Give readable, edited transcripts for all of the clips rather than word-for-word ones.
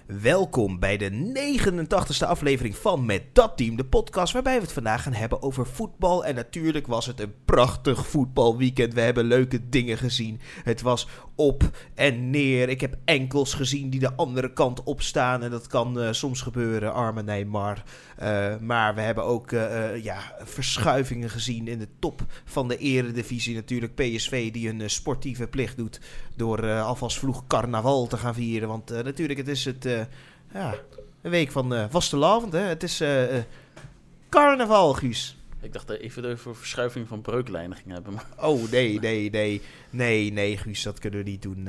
Welkom bij de 89ste aflevering van Met Dat Team, de podcast waarbij we het vandaag gaan hebben over voetbal. En natuurlijk was het een prachtig voetbalweekend. We hebben leuke dingen gezien. Het was op en neer. Ik heb enkels gezien die de andere kant op staan. En dat kan soms gebeuren, arme Neymar. Maar we hebben ook verschuivingen gezien in de top van de eredivisie. Natuurlijk PSV die een sportieve plicht doet door alvast vroeg carnaval te gaan vieren. Want natuurlijk, het is een week van vastelavond. Hè? Het is carnaval, Guus. Ik dacht even over verschuiving van breuklijnen ging hebben. Maar... Oh, nee, Guus, dat kunnen we niet doen.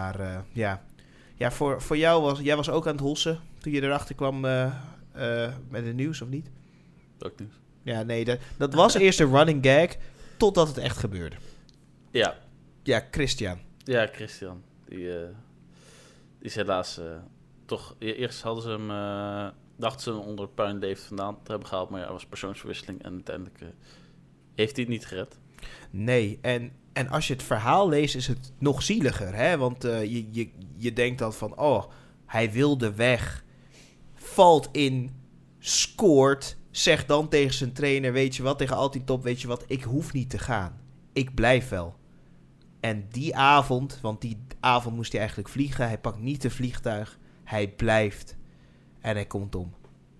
Ja, voor jou jij was ook aan het hossen toen je erachter kwam met het nieuws, of niet? Welk nieuws? Ja, nee, dat was eerst een running gag, totdat het echt gebeurde. Ja. Ja, Christian. Ja, Christian. Die is helaas toch... Eerst hadden ze hem... dachten ze hem onder het puinleef vandaan te hebben gehaald. Maar ja, er was persoonsverwisseling. En uiteindelijk heeft hij het niet gered. Nee, en als je het verhaal leest is het nog zieliger. Hè? Want je denkt dan van... Oh, hij wilde weg. Valt in. Scoort. Zegt dan tegen zijn trainer... Weet je wat, tegen Altien Top... Weet je wat, ik hoef niet te gaan. Ik blijf wel. En die avond... Want die avond moest hij eigenlijk vliegen. Hij pakt niet een vliegtuig. Hij blijft. En hij komt om.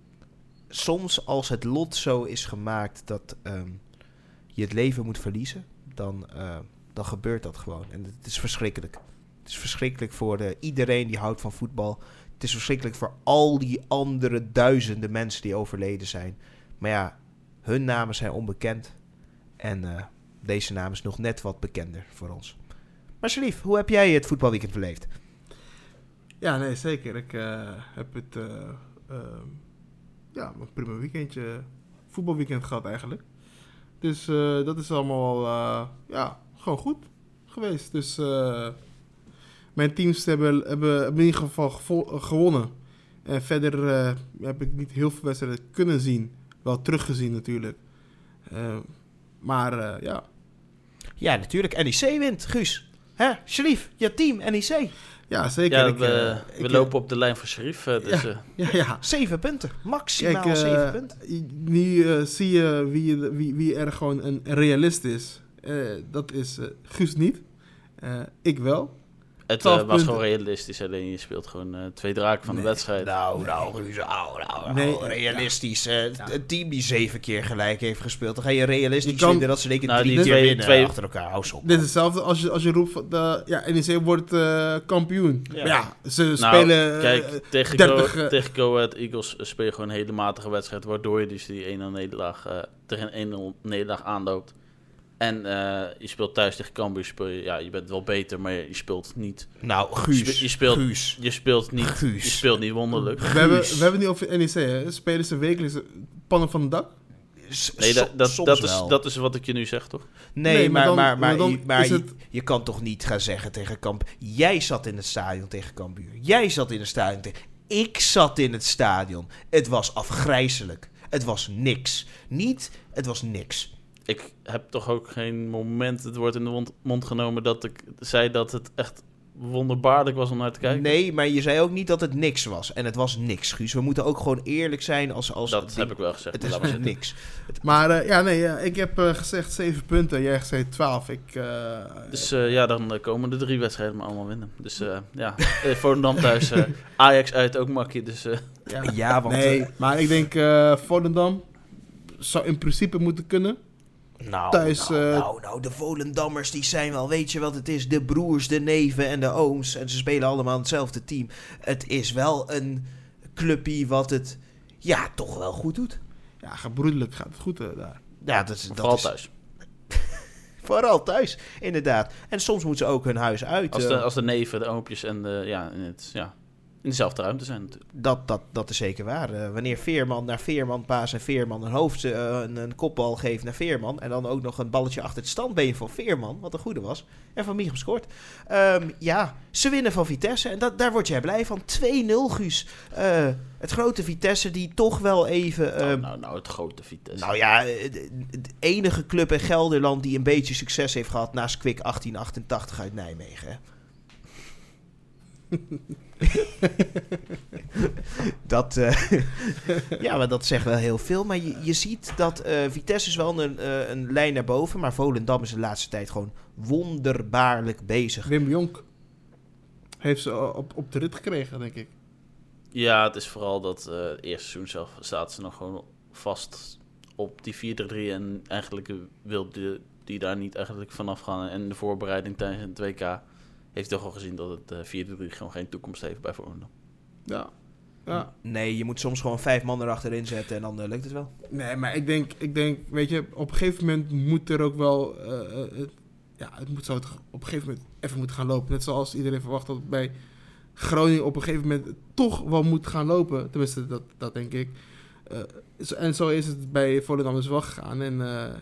Soms als het lot zo is gemaakt dat je het leven moet verliezen, dan gebeurt dat gewoon. En het is verschrikkelijk. Het is verschrikkelijk voor iedereen die houdt van voetbal. Het is verschrikkelijk voor al die andere duizenden mensen die overleden zijn. Maar ja, hun namen zijn onbekend. En deze naam is nog net wat bekender voor ons. Maar Sharif, hoe heb jij het voetbalweekend beleefd? Ja, nee, zeker. Ik heb het een prima weekendje, voetbalweekend gehad eigenlijk. Dus dat is allemaal gewoon goed geweest. Dus mijn teams hebben in ieder geval gewonnen. En verder heb ik niet heel veel wedstrijden kunnen zien. Wel teruggezien natuurlijk. Ja. Ja, natuurlijk. NEC wint, Guus. Hè? Sharif, je team, NEC. Ja, zeker. Ja, we lopen op de lijn van Sharif. Ja. 7 punten. Maximaal 7 punten. Nu zie je wie er gewoon een realist is. Dat is Guus niet. Ik wel. Het was gewoon realistisch. Alleen je speelt gewoon 2 draken van de wedstrijd. Nou, Guus. Realistisch. Een team die 7 keer gelijk heeft gespeeld. Dan ga je realistisch vinden dat ze denk ik 3 keer winnen achter elkaar. Hou op. Dit is hetzelfde als je roept NEC wordt kampioen. Ja. Maar ja, ze spelen kijk, tegen Go Ahead Eagles speel je gewoon een hele matige wedstrijd. Waardoor je dus die 1-0 nederlaag aanloopt. En je speelt thuis tegen Cambuur, je bent wel beter, maar je speelt niet. Nou, Guus. Je speelt niet wonderlijk. We hebben niet over NEC, hè? Spelen ze wekelijks pannen van het dak? Nee, dat is wat ik je nu zeg, toch? Nee, maar je kan toch niet gaan zeggen tegen Cambuur... Jij zat in het stadion tegen Cambuur. Jij zat in het stadion tegen... Ik zat in het stadion. Het was afgrijselijk. Het was niks. Het was niks. Ik heb toch ook geen moment het woord in de mond genomen dat ik zei dat het echt wonderbaarlijk was om naar te kijken. Nee, maar je zei ook niet dat het niks was. En het was niks, Guus. We moeten ook gewoon eerlijk zijn als dat heb ik wel gezegd. Het is niks. Maar ik heb gezegd 7 punten. Jij hebt gezegd 12. Dan komen de 3 wedstrijden maar allemaal winnen. Dus Volendam thuis. Ajax uit ook makkie. Dus, maar ik denk Volendam zou in principe moeten kunnen. Thuis, de Volendammers die zijn wel, weet je wat het is? De broers, de neven en de ooms. En ze spelen allemaal hetzelfde team. Het is wel een clubje wat het, toch wel goed doet. Ja, gebroedelijk gaat het goed daar. Ja, dat is thuis. Vooral thuis, inderdaad. En soms moeten ze ook hun huis uit. Als de neven, de oompjes en in dezelfde ruimte zijn natuurlijk. Dat is zeker waar. Wanneer Veerman naar Veerman paas en Veerman een kopbal geeft naar Veerman... en dan ook nog een balletje achter het standbeen van Veerman, wat een goede was... en Van Michel scoort. Ze winnen van Vitesse en daar word jij blij van. 2-0, Guus. Het grote Vitesse die toch wel even... het grote Vitesse. De enige club in Gelderland die een beetje succes heeft gehad... naast Kwik 1888 uit Nijmegen, hè? Ja, maar dat zegt wel heel veel. Maar je ziet dat Vitesse is wel een lijn naar boven. Maar Volendam is de laatste tijd gewoon wonderbaarlijk bezig. Wim Jonk heeft ze op de rit gekregen, denk ik. Ja, het is vooral dat het eerste seizoen zelf staat ze nog gewoon vast op die 4-3 en eigenlijk wil die daar niet eigenlijk vanaf gaan. En de voorbereiding tijdens het WK heeft toch al gezien dat het 4-3 gewoon geen toekomst heeft bij Volendam. Ja. Nee, je moet soms gewoon 5 man erachterin zetten en dan lukt het wel. Nee, maar ik denk, weet je, op een gegeven moment moet er ook wel... het moet zo op een gegeven moment even moeten gaan lopen. Net zoals iedereen verwacht dat het bij Groningen op een gegeven moment toch wel moet gaan lopen. Tenminste, dat denk ik. En zo is het bij Volendam dus wel gegaan. En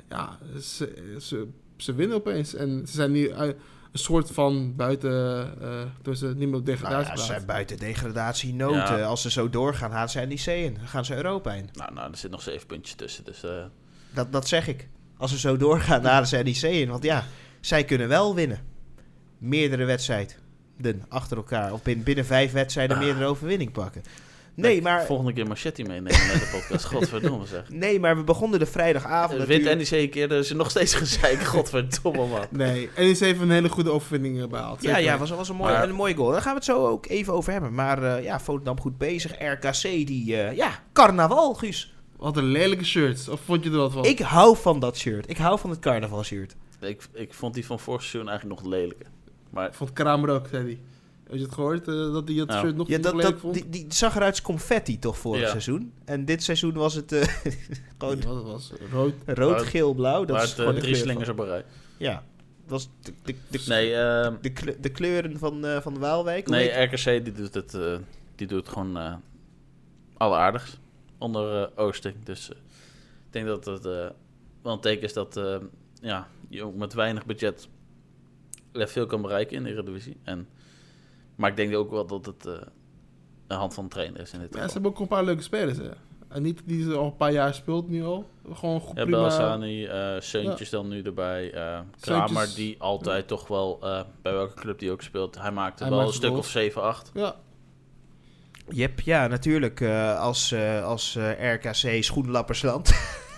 ze winnen opeens. En ze zijn nu een soort van buiten... dus niet meer op degradatie. Ze zijn buiten degradatienood. Ja. Als ze zo doorgaan, gaan ze NEC in. Dan gaan ze Europa in. Nou, er zit nog 7 puntjes tussen. Dus, Dat zeg ik. Als ze zo doorgaan, dan halen ze NEC in. Want ja, zij kunnen wel winnen. Meerdere wedstrijden achter elkaar. Of binnen 5 wedstrijden meerdere overwinning pakken. Nee, maar... Volgende keer Machetti meenemen met de podcast. Godverdomme zeg. Nee, maar we begonnen de vrijdagavond Wint NEC een keer, er is nog steeds gezeik. Godverdomme, man. Nee, NEC heeft een hele goede overwinning behaald. Ja, was een mooie goal. Daar gaan we het zo ook even over hebben. Maar Volendam goed bezig. RKC, die... carnaval, Guus. Wat een lelijke shirt. Of vond je er wat van? Ik hou van dat shirt. Ik hou van het carnavalshirt. Ik vond die van vorig seizoen eigenlijk nog lelijker. Maar... Ik vond Kramer ook, zei hij. Heb je het gehoord? Dat hij dat shirt nog lelijk vond? Die zag eruit als confetti toch vorig seizoen. En dit seizoen was het gewoon... Ja, wat was rood, geel, blauw. Dat is gewoon 3 slingers op een rij. Ja. Dat was de kleuren van Waalwijk. Nee, RKC die doet het gewoon alleraardigst onder Oosting. Dus ik denk dat het wel een teken is dat je ook met weinig budget veel kan bereiken in de Eredivisie. Maar ik denk ook wel dat het een hand van de trainer is in dit geval. Ze hebben ook een paar leuke spelers, hè. En niet die ze al een paar jaar speelt nu al. Gewoon goed, prima. Belsaani, Seuntjes dan nu erbij. Kramer die altijd toch wel, bij welke club die ook speelt, hij maakte wel een stuk of 7, 8. Ja. Jep, ja, natuurlijk. Als RKC schoenlappersland.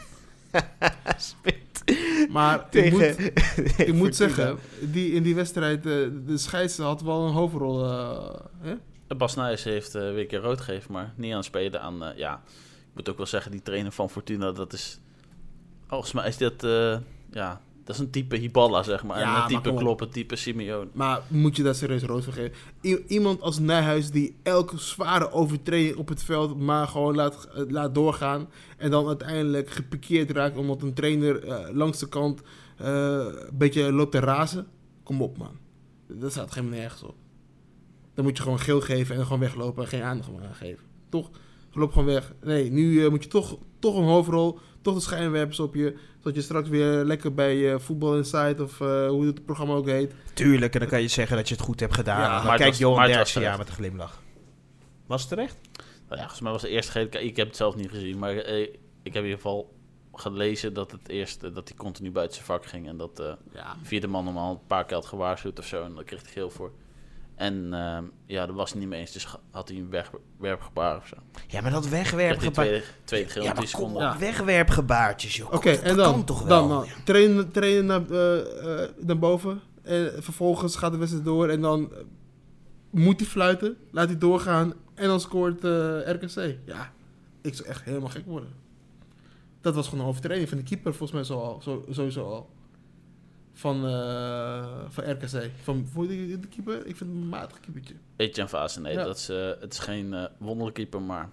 Maar ik moet zeggen, in die wedstrijd, de scheids had wel een hoofdrol. Bas Nijs heeft weer een keer rood gegeven, maar niet aan het spelen. Ik moet ook wel zeggen, die trainer van Fortuna, dat is... Volgens mij is dat... dat is een type Hiballa, zeg maar. Ja, en een type Klopp, een type Simeone. Maar moet je daar serieus rood voor geven? Iemand als Nijhuis die elke zware overtreding op het veld maar gewoon laat doorgaan. En dan uiteindelijk gepikeerd raakt omdat een trainer langs de kant een beetje loopt te razen. Kom op, man. Dat staat helemaal nergens op. Dan moet je gewoon geel geven en dan gewoon weglopen en geen aandacht meer aan geven. Toch? Loop gewoon weg. Nee, nu moet je toch een hoofdrol, toch de schijnwerpers op je, zodat je straks weer lekker bij Voetbal Inside of hoe het programma ook heet. Tuurlijk, en dan kan je zeggen dat je het goed hebt gedaan. Ja, dan kijkt Johan Derksen met een glimlach. Was het terecht? Nou ja, volgens mij was de eerste gele kaart. Ik heb het zelf niet gezien, maar ik heb in ieder geval gelezen dat dat hij continu buiten zijn vak ging en dat vierde man hem al een paar keer had gewaarschuwd of zo en daar kreeg hij geel voor. En daar was hij niet mee eens, dus had hij een wegwerpgebaar of zo. Ja, maar dat wegwerpgebaar... Tweede geel op 3 seconden. Ja, wegwerpgebaartjes, joh. Oké, en dat kan toch wel? Dan trainen naar boven. En vervolgens gaat de wedstrijd door en dan moet hij fluiten. Laat hij doorgaan en dan scoort RKC. Ja, ik zou echt helemaal gek worden. Dat was gewoon een overtreding van de keeper volgens mij sowieso al. Van RKC. Voor de keeper? Ik vind het een matig keepertje. Etienne Vaassen, nee. Ja. Het is geen wonderlijke keeper, maar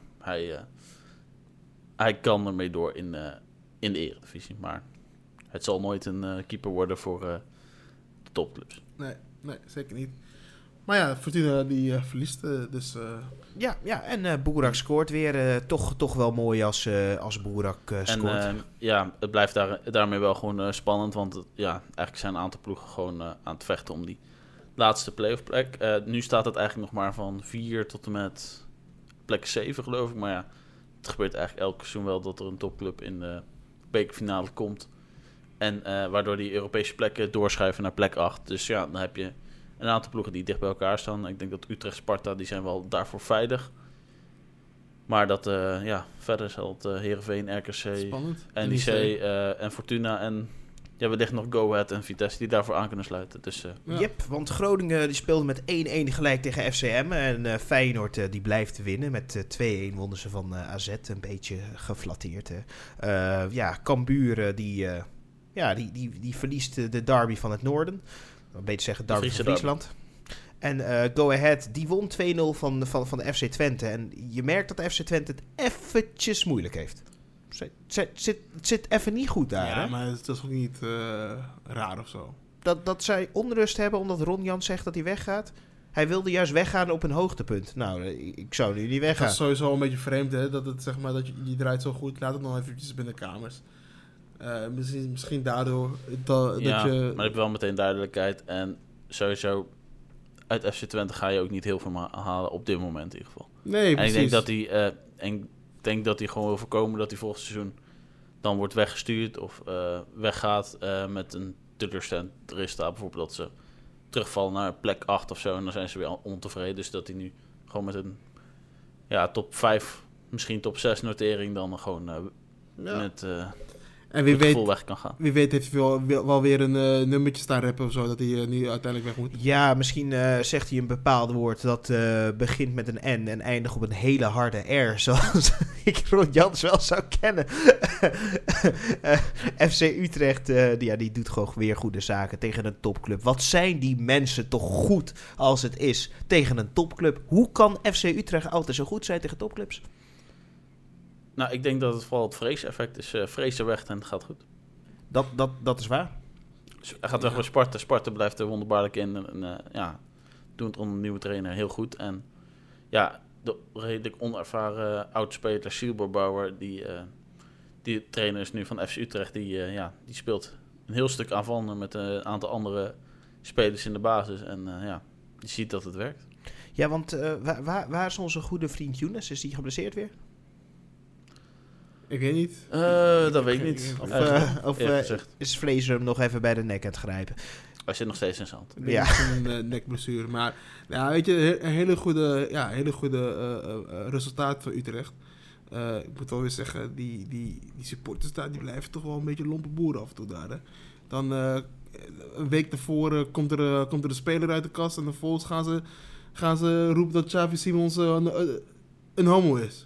hij kan ermee door in de Eredivisie. Maar het zal nooit een keeper worden voor de topclubs. Nee, zeker niet. Maar ja, Fortuna die verliest dus... Ja, en Boerak scoort weer. Toch wel mooi als Boerak scoort. En het blijft daarmee wel gewoon spannend. Want eigenlijk zijn een aantal ploegen gewoon aan het vechten om die laatste play-off plek. Nu staat het eigenlijk nog maar van 4 tot en met plek 7, geloof ik. Maar ja, het gebeurt eigenlijk elk seizoen wel dat er een topclub in de bekerfinale komt. En waardoor die Europese plekken doorschuiven naar plek 8. Dus ja, dan heb je een aantal ploegen die dicht bij elkaar staan. Ik denk dat Utrecht, Sparta, die zijn wel daarvoor veilig. Maar dat, verder zal het Heerenveen, RKC, Spannend. NEC en Fortuna en wellicht nog Go Ahead en Vitesse die daarvoor aan kunnen sluiten. Dus, Yep, want Groningen die speelde met 1-1 gelijk tegen FCM. En Feyenoord die blijft winnen. Met 2-1 wonnen ze van AZ. Een beetje geflatteerd. Cambuur die verliest de derby van het noorden. Een beetje zeggen derby van Friesland. En Go Ahead die won 2-0 van de FC Twente. En je merkt dat de FC Twente het eventjes moeilijk heeft. Het zit even niet goed daar. Ja, hè? maar het is ook niet raar of zo. Dat zij onrust hebben omdat Ron Jans zegt dat hij weggaat. Hij wilde juist weggaan op een hoogtepunt. Nou, ik zou nu niet weggaan. Dat is sowieso een beetje vreemd, hè? Dat het zeg maar dat je draait zo goed, laat het nog eventjes binnen kamers. Misschien daardoor dat je. Maar je hebt wel meteen duidelijkheid en sowieso uit FC Twente ga je ook niet heel veel halen op dit moment in ieder geval. Nee, precies. En ik denk dat hij gewoon wil voorkomen dat hij volgend seizoen dan wordt weggestuurd of weggaat met een teleurstellend resultaat. Bijvoorbeeld dat ze terugvallen naar plek 8 of zo en dan zijn ze weer ontevreden. Dus dat hij nu gewoon met een top 5, misschien top 6 notering dan gewoon met en wie gevoel weg kan gaan. Wie weet heeft hij wel weer een nummertje staan rappen of zo, dat hij nu uiteindelijk weg moet. Ja, misschien zegt hij een bepaald woord dat begint met een N en eindigt op een hele harde R. Zoals ik Ron Jans wel zou kennen. FC Utrecht, die doet gewoon weer goede zaken tegen een topclub. Wat zijn die mensen toch goed als het is tegen een topclub? Hoe kan FC Utrecht altijd zo goed zijn tegen topclubs? Nou, ik denk dat het vooral het vreeseffect is. Vrees er weg en het gaat goed. Dat is waar. Dus hij gaat weg bij Sparta. Sparta blijft er wonderbaarlijk in. En doen het onder een nieuwe trainer heel goed. En de redelijk onervaren oudspeler Sielbouwer, die trainer is nu van FC Utrecht, die speelt een heel stuk aanvallender met een aantal andere spelers in de basis. En je ziet dat het werkt. Ja, want waar is onze goede vriend Younes? Is die geblesseerd weer? Ik weet niet. Dat weet ik niet. Of is Vlezer hem nog even bij de nek aan het grijpen? Hij zit nog steeds in zijn hand. Ja. Een nekblessure. Maar weet je, een hele goede resultaat voor Utrecht. Ik moet wel weer zeggen, die supporters daar, die blijven toch wel een beetje lompe boeren af en toe daar. Hè. Dan een week daarvoor komt er een speler uit de kast en vervolgens gaan ze roepen dat Xavi Simons een homo is.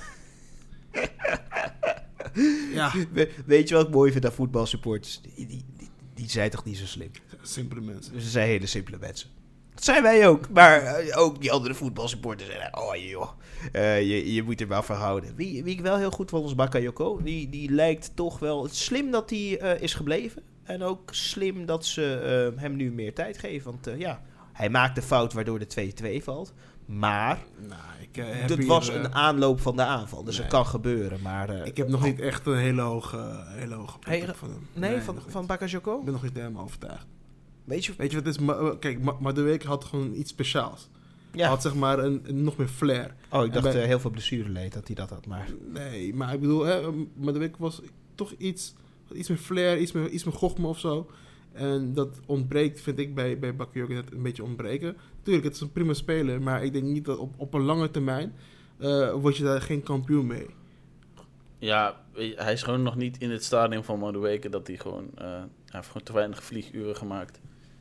Ja. Weet je wat ik mooi vind aan voetbalsupporters? Die zijn toch niet zo slim? Simpele mensen. Ze zijn hele simpele mensen. Dat zijn wij ook. Maar ook die andere voetbalsupporters zeggen, oh joh, je moet er wel van houden. Wie ik wel heel goed vond was Bakayoko. Die lijkt toch wel slim dat hij is gebleven. En ook slim dat ze hem nu meer tijd geven. Want hij maakt de fout waardoor de 2-2 valt. Maar het was een aanloop van de aanval. Dus het kan gebeuren. Maar ik heb nog niet echt een hele hoge punt van hem. Nee, van Bakayoko? Ik ben nog niet helemaal overtuigd. Weet je wat het is? Kijk, Madueke had gewoon iets speciaals. Ja. Hij had zeg maar een nog meer flair. Oh, ik dacht heel veel blessureleed dat hij dat had. Maar nee, maar ik bedoel, Madueke was toch iets meer flair, iets meer gochme of zo. En dat ontbreekt, vind ik, bij Bakayoko net een beetje ontbreken. Tuurlijk, het is een prima speler, maar ik denk niet dat op een lange termijn word je daar geen kampioen mee. Ja, hij is gewoon nog niet in het stadium van Madueke dat hij gewoon... hij heeft gewoon te weinig vlieguren gemaakt.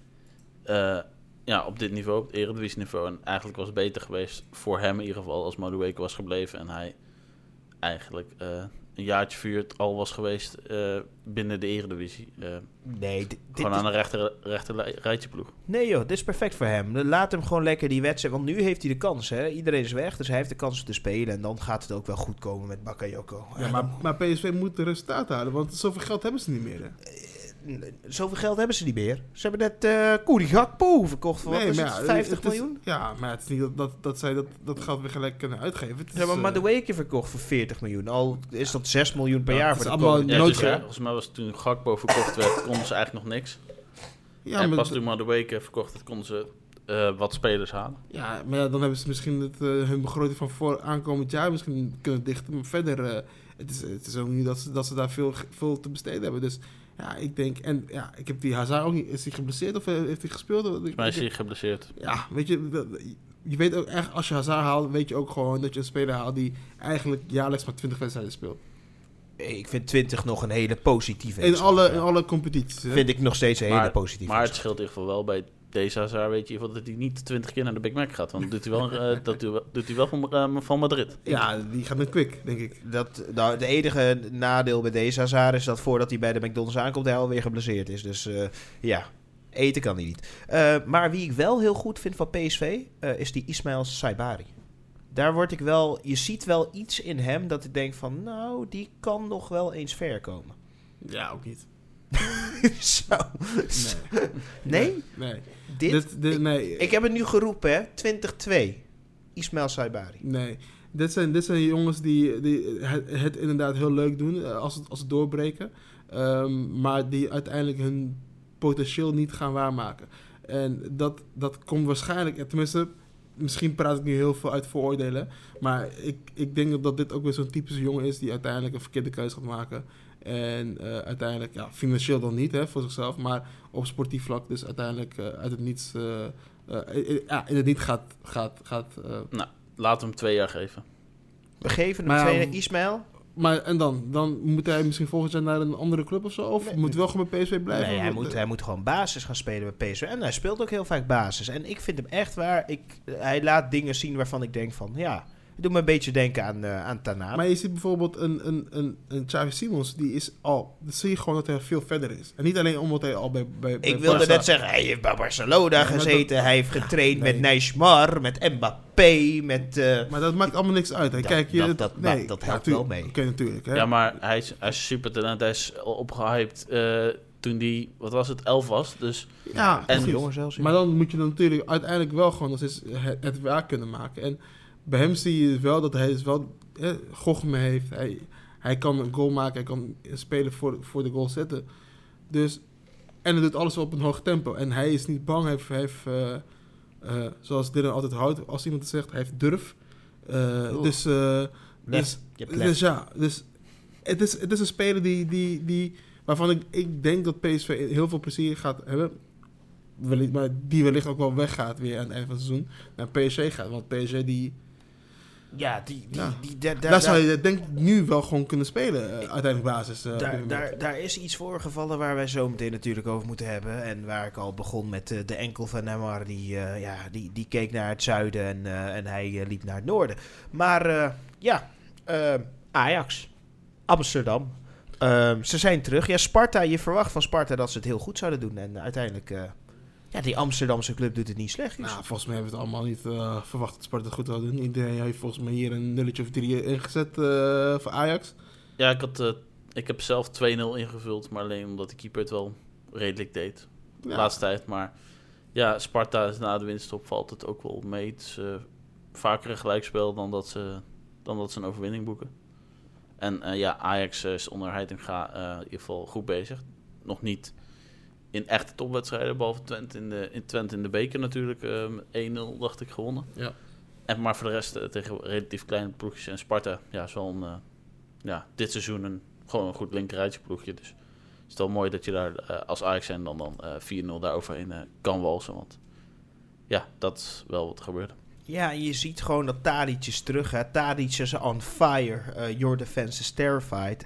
Op dit niveau, op het Eredivisie niveau. En eigenlijk was het beter geweest voor hem in ieder geval als Madueke was gebleven. En hij eigenlijk een jaartje vuurt al was geweest binnen de Eredivisie. Nee, gewoon aan een rechter rijtje ploeg. Nee joh, dit is perfect voor hem. Laat hem gewoon lekker die wedstrijd. Want nu heeft hij de kans. Hè? Iedereen is weg, dus hij heeft de kans om te spelen. En dan gaat het ook wel goed komen met Bakayoko. Ja, maar PSV moet de resultaat halen, want zoveel geld hebben ze niet meer. Hè? Zoveel geld hebben ze niet meer. Ze hebben net Cody Gakpo verkocht voor 50 miljoen. Ja, maar het is niet dat zij dat geld weer gelijk kunnen uitgeven. Ze hebben Madueke verkocht voor 40 miljoen. Al is dat 6 miljoen per jaar voor de komende. Volgens mij was toen Gakpo verkocht werd, konden ze eigenlijk nog niks. Ja, en pas toen Madueke verkocht werd, konden ze wat spelers halen. Ja, maar dan hebben ze misschien hun begroting van voor aankomend jaar misschien kunnen dichten. Maar verder, het is ook niet dat ze daar veel te besteden hebben. Dus Ja, ik denk... En ja, ik heb die Hazard ook niet... Is hij geblesseerd of heeft hij gespeeld? Volgens mij is hij geblesseerd. Ja, weet je weet ook echt... Als je Hazard haalt, weet je ook gewoon dat je een speler haalt... die eigenlijk jaarlijks maar 20 wedstrijden speelt. Ik vind 20 nog een hele positieve In alle competities. Hè? Vind ik nog steeds een hele positieve. Maar het scheelt in ieder geval wel bij deze Hazard, weet je, dat hij niet 20 keer naar de Big Mac gaat. Want dat doet hij wel van Madrid. Ja, die gaat met Quick, denk ik. De enige nadeel bij deze Hazard is dat voordat hij bij de McDonald's aankomt, hij alweer geblesseerd is. Dus eten kan hij niet. Maar wie ik wel heel goed vind van PSV, is die Ismail Saibari. Daar word ik wel... Je ziet wel iets in hem dat ik denk van... Nou, die kan nog wel eens ver komen. Ja, ook niet. Zo. Nee? Nee. Nee. Ik heb het nu geroepen, hè. 20-2. Ismail Saibari. Nee. Dit zijn jongens die het inderdaad heel leuk doen als ze doorbreken. Maar die uiteindelijk hun potentieel niet gaan waarmaken. En dat komt waarschijnlijk... Tenminste... Misschien praat ik nu heel veel uit vooroordelen. Maar ik denk dat dit ook weer zo'n typische jongen is... die uiteindelijk een verkeerde keuze gaat maken. En uiteindelijk, financieel dan niet voor zichzelf... maar op sportief vlak dus uiteindelijk uit het niets... in het niet gaat Nou, laten we hem 2 jaar geven. We geven hem 2 jaar Ismail... Maar en dan moet hij misschien volgend jaar naar een andere club of zo? Of moet wel gewoon bij PSV blijven? Nee, hij moet gewoon basis gaan spelen bij PSV. En hij speelt ook heel vaak basis. En ik vind hem echt waar. Hij laat dingen zien waarvan ik denk van... Ja, het doet me een beetje denken aan Tanaan. Maar je ziet bijvoorbeeld een Xavi Simons. Die is al... Dan zie je gewoon dat hij veel verder is. En niet alleen omdat hij al bij ik wilde net zeggen, hij heeft bij Barcelona gezeten. Hij heeft getraind met Neymar, met Mbappé, met... Maar dat maakt allemaal niks uit. Dat helpt wel mee. Oké, natuurlijk. Hè? Ja, maar hij is super talent. Hij is opgehyped toen hij, 11 was. Dus, ja, en jongen zelfs. Maar dan moet je dan natuurlijk uiteindelijk wel gewoon het werk kunnen maken. En bij hem zie je wel dat hij wel gochme heeft. Hij kan een goal maken. Hij kan spelen voor de goal zetten. Dus, en hij doet alles op een hoog tempo. En hij is niet bang. Hij heeft zoals Dylan altijd houdt. Als iemand het zegt, hij heeft durf. Dus het is een speler die waarvan ik denk dat PSV heel veel plezier gaat hebben. Maar die wellicht ook wel weggaat weer aan het einde van het seizoen. Naar PSG gaat. Want PSG die... Ja, daar zou je denk ik nu wel gewoon kunnen spelen, uiteindelijk basis. Daar is iets voorgevallen waar wij zo meteen natuurlijk over moeten hebben. En waar ik al begon met de enkel van Neymar. Die keek naar het zuiden en hij liep naar het noorden. Maar Ajax, Amsterdam. Ze zijn terug. Ja, Sparta, je verwacht van Sparta dat ze het heel goed zouden doen. En uiteindelijk... die Amsterdamse club doet het niet slecht. Nou, volgens mij hebben we het allemaal niet verwacht dat Sparta het goed zou doen. Iedereen heeft volgens mij hier een 0 of 3 ingezet voor Ajax. Ja, ik heb zelf 2-0 ingevuld, maar alleen omdat de keeper het wel redelijk deed. De laatste tijd. Maar ja, Sparta is na de winststop valt het ook wel mee. Het is vaker een gelijkspel dan dat ze een overwinning boeken. En Ajax is onder Heitinga in ieder geval goed bezig. Nog niet... in echte topwedstrijden, behalve Twente in de beker natuurlijk 1-0 dacht ik gewonnen. Ja. Maar voor de rest tegen relatief kleine ploegjes en Sparta, is wel dit seizoen gewoon een goed linkerrijtje ploegje. Dus het is wel mooi dat je daar als Ajax en dan 4-0 daaroverheen kan walsen. Want ja, dat is wel wat gebeurde. Ja, je ziet gewoon dat Tadic is terug. Hè. Tadic is on fire. Your defense is terrified.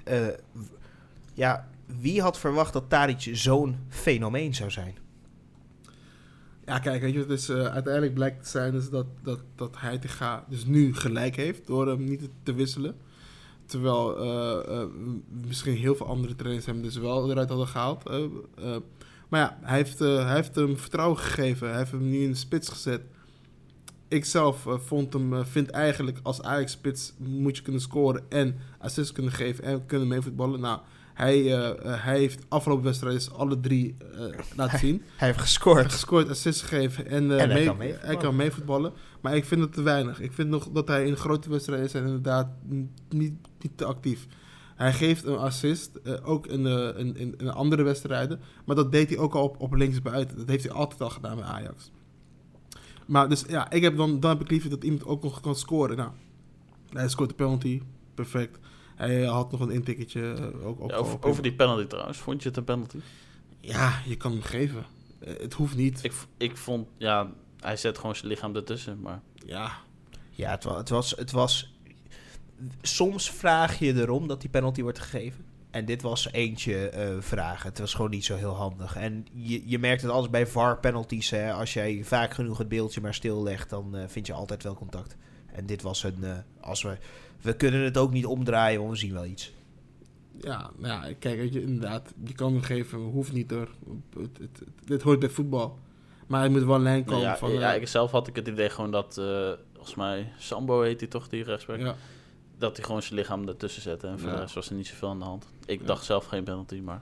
Wie had verwacht dat Tadic zo'n fenomeen zou zijn? Ja, kijk, weet je, het is, uiteindelijk blijkt te zijn dus dat Heitinga dus nu gelijk heeft door hem niet te wisselen. Terwijl misschien heel veel andere trainers hem dus wel eruit hadden gehaald. Maar ja, hij heeft hem vertrouwen gegeven. Hij heeft hem nu in de spits gezet. Ik zelf vind eigenlijk als Ajax-spits moet je kunnen scoren en assists kunnen geven en kunnen meevoetballen. Nou, hij heeft afgelopen wedstrijden alle 3 laten zien. Hij heeft gescoord. Assists gegeven en hij kan meevoetballen. Maar ik vind het te weinig. Ik vind nog dat hij in grote wedstrijden is en inderdaad niet te actief. Hij geeft een assist, ook in andere wedstrijden. Maar dat deed hij ook al op linksbuiten. Dat heeft hij altijd al gedaan bij Ajax. Maar dus ja, dan heb ik liever dat iemand ook nog kan scoren. Nou, hij scoort de penalty, perfect. Hij had nog een intikketje ook over die penalty trouwens. Vond je het een penalty? Ja, je kan hem geven. Het hoeft niet. Ik vond, hij zet gewoon zijn lichaam ertussen, maar... Ja, het was... Soms vraag je erom dat die penalty wordt gegeven. En dit was eentje vragen. Het was gewoon niet zo heel handig. En je merkt het alles bij VAR-penalties. Als jij vaak genoeg het beeldje maar stillegt, dan vind je altijd wel contact. En dit was we kunnen het ook niet omdraaien, want we zien wel iets. Ja, kijk, inderdaad, je kan hem geven, hoeft niet hoor. Dit hoort bij voetbal. Maar hij moet wel een lijn komen ik zelf had ik het idee gewoon dat, volgens mij, Sambo heet hij toch, die rechtsback? Ja. Dat hij gewoon zijn lichaam ertussen zette. En voor de rest was er niet zoveel aan de hand. Ik dacht zelf geen penalty, maar...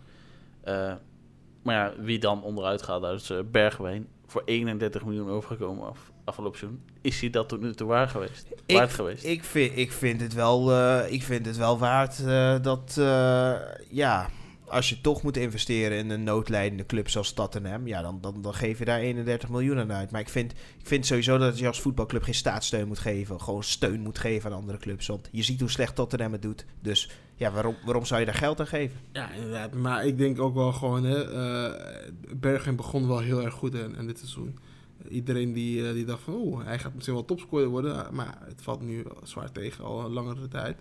wie dan onderuit gaat, dat is Bergwijn. Voor 31 miljoen overgekomen afgelopen seizoen. Is hij dat tot nu toe waard geweest? Ik vind het wel waard dat... als je toch moet investeren in een noodlijdende club zoals Tottenham... dan geef je daar 31 miljoen aan uit. Maar ik vind sowieso dat je als voetbalclub geen staatssteun moet geven. Gewoon steun moet geven aan andere clubs. Want je ziet hoe slecht Tottenham het doet. Dus waarom zou je daar geld aan geven? Ja, inderdaad. Maar ik denk ook wel gewoon... Bergwijn begon wel heel erg goed in dit seizoen. Iedereen die dacht van... hij gaat misschien wel topscorer worden. Maar het valt nu zwaar tegen, al een langere tijd.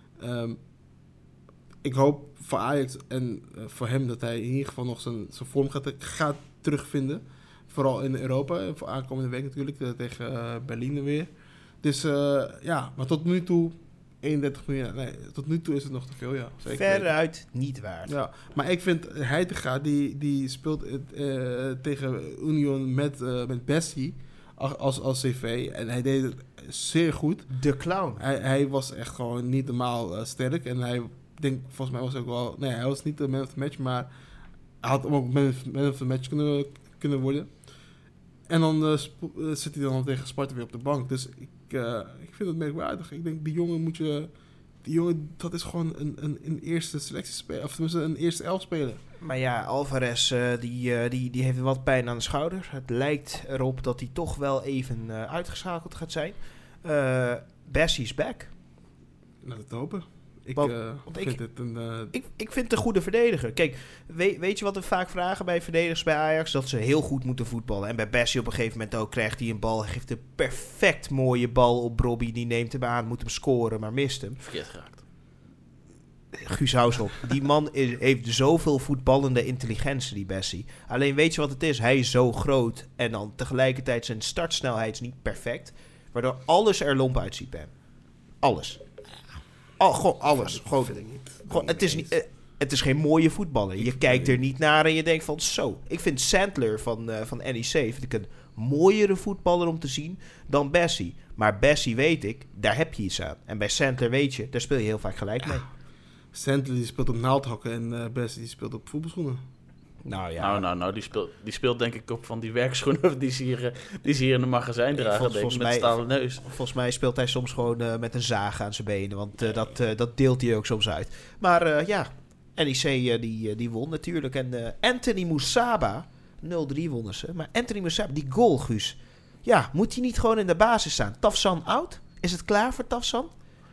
Ik hoop voor Ajax en voor hem dat hij in ieder geval nog zijn vorm gaat terugvinden. Vooral in Europa. Voor aankomende week natuurlijk tegen Berlijn weer. Dus maar tot nu toe 31 miljoen. Nee, tot nu toe is het nog te veel, ja. Zeker. Veruit niet waard. Ja, maar ik vind Heitinga, die speelt tegen Union met Bessie als CV. En hij deed het zeer goed. De clown. Hij was echt gewoon niet normaal sterk. En hij... volgens mij was hij ook wel... Nee, hij was niet de man of the match, maar hij had ook man of the match kunnen worden. En dan zit hij dan tegen Sparta weer op de bank. Dus ik vind het merkwaardig. Ik denk, die jongen, dat is gewoon een eerste selectiespeler. Of tenminste een eerste elf speler. Maar ja, Alvarez, die heeft wat pijn aan de schouder. Het lijkt erop dat hij toch wel even uitgeschakeld gaat zijn. Bessie is back. Laat het hopen. Ik vind het een goede verdediger. Kijk, weet je wat we vaak vragen bij verdedigers bij Ajax? Dat ze heel goed moeten voetballen. En bij Bessie op een gegeven moment ook krijgt hij een bal. Hij geeft een perfect mooie bal op Robbie. Die neemt hem aan, moet hem scoren, maar mist hem. Verkeerd geraakt. Guus, hou eens op. Die man heeft zoveel voetballende intelligentie, die Bessie. Alleen weet je wat het is? Hij is zo groot. En dan tegelijkertijd zijn startsnelheid is niet perfect. Waardoor alles er lomp uitziet bij hem. Alles. Gewoon alles. Het is geen mooie voetballer. Je kijkt er niet naar en je denkt van zo. Ik vind Sandler van NEC vind ik een mooiere voetballer om te zien dan Bessie. Maar Bessie weet ik, daar heb je iets aan. En bij Sandler weet je, daar speel je heel vaak gelijk mee. Sandler die speelt op naaldhakken en Bessie die speelt op voetbalschoenen. Nou ja. Nou, die speelt denk ik op van die werkschoenen die ze hier in de magazijn dragen, met stalen neus. Volgens mij speelt hij soms gewoon met een zaag aan zijn benen, want dat deelt hij ook soms uit. Maar NEC die won natuurlijk. En Anthony Moussaba, 0-3 wonnen ze. Maar Anthony Moussaba, die goal, Guus. Ja, moet hij niet gewoon in de basis staan? Tafsan out? Is het klaar voor Tafsan?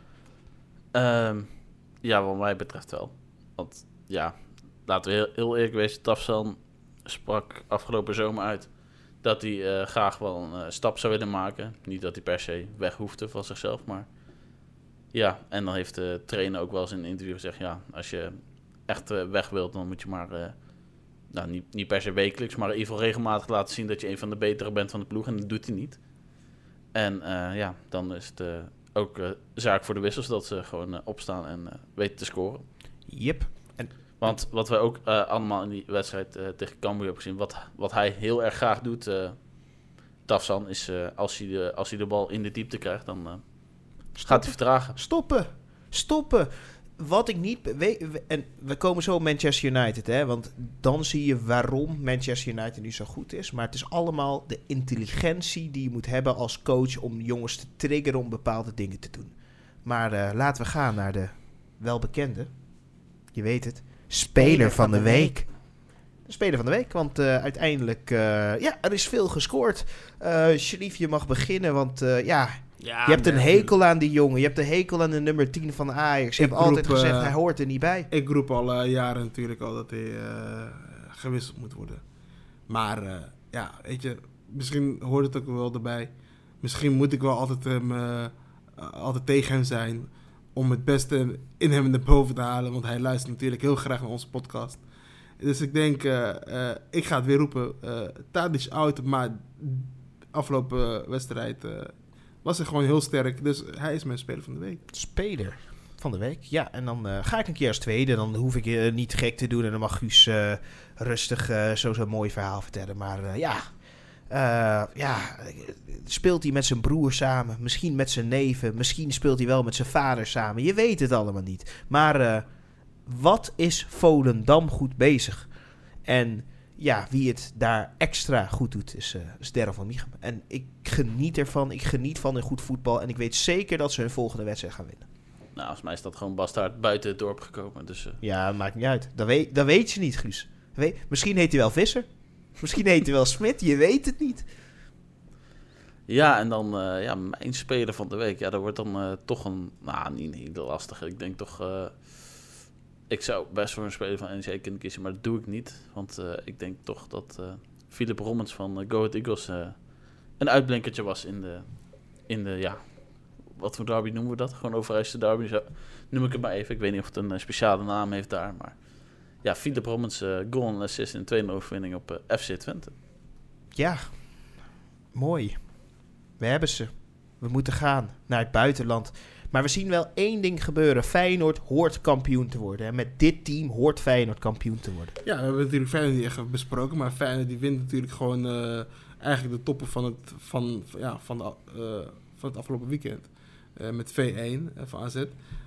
Ja, wat mij betreft wel. Want ja... Laten we heel eerlijk wezen, Tafsan sprak afgelopen zomer uit dat hij graag wel een stap zou willen maken. Niet dat hij per se weg hoefde van zichzelf, maar ja. En dan heeft de trainer ook wel eens in een interview gezegd, ja, als je echt weg wilt, dan moet je maar, niet per se wekelijks, maar in ieder geval regelmatig laten zien dat je een van de betere bent van de ploeg. En dat doet hij niet. En dan is het ook zaak voor de wissels dat ze gewoon opstaan en weten te scoren. Yep. Want wat we ook allemaal in die wedstrijd tegen Cambuur hebben gezien... Wat hij heel erg graag doet, Tafsan... is als hij de bal in de diepte krijgt... dan gaat hij vertragen. Stoppen. Wat ik niet... En we komen zo op Manchester United, hè? Want dan zie je waarom Manchester United nu zo goed is. Maar het is allemaal de intelligentie die je moet hebben als coach... om jongens te triggeren om bepaalde dingen te doen. Maar laten we gaan naar de welbekende... Je weet het... Speler van de week. Speler van de week, want uiteindelijk... er is veel gescoord. Sherif, je mag beginnen, want Ja, je hebt een hekel aan die jongen. Je hebt een hekel aan de nummer 10 van Ajax. Je hebt altijd gezegd, hij hoort er niet bij. Ik roep al jaren natuurlijk al dat hij gewisseld moet worden. Maar weet je, misschien hoort het ook wel erbij. Misschien moet ik wel altijd tegen hem zijn om het beste in hem naar boven te halen. Want hij luistert natuurlijk heel graag naar onze podcast. Dus ik denk, ik ga het weer roepen. Tadic out, maar afgelopen wedstrijd was hij gewoon heel sterk. Dus hij is mijn speler van de week. Speler van de week, ja. En dan ga ik een keer als tweede. Dan hoef ik niet gek te doen. En dan mag Guus rustig zo'n mooi verhaal vertellen. Maar speelt hij met zijn broer samen? Misschien met zijn neven? Misschien speelt hij wel met zijn vader samen? Je weet het allemaal niet. Maar wat is Volendam goed bezig? En ja, wie het daar extra goed doet, is Darryl van Michel. En ik geniet ervan. Ik geniet van een goed voetbal. En ik weet zeker dat ze hun volgende wedstrijd gaan winnen. Nou, volgens mij is dat gewoon Bastaard buiten het dorp gekomen. Dus, Ja, maakt niet uit. Dat weet je niet, Guus. Misschien heet hij wel Visser. Misschien heet hij wel Smit. Je weet het niet. Ja, en dan mijn speler van de week. Ja, dat wordt dan toch niet een hele lastige. Ik denk toch... ik zou best voor een speler van NEC kunnen kiezen, maar dat doe ik niet. Want ik denk toch dat Philip Rommens van Go Ahead Eagles een uitblinkertje was in de wat voor derby noemen we dat? Gewoon Overijsselse derby. Zo noem ik het maar even. Ik weet niet of het een speciale naam heeft daar. Maar ja, Philip Rommens goal en assist in de 2-0 overwinning op FC Twente. Ja, mooi. We hebben ze. We moeten gaan naar het buitenland. Maar we zien wel één ding gebeuren. Feyenoord hoort kampioen te worden. En met dit team hoort Feyenoord kampioen te worden. Ja, we hebben natuurlijk Feyenoord niet echt besproken. Maar Feyenoord die wint natuurlijk gewoon eigenlijk de toppen van het afgelopen weekend. Met 2-1 van AZ.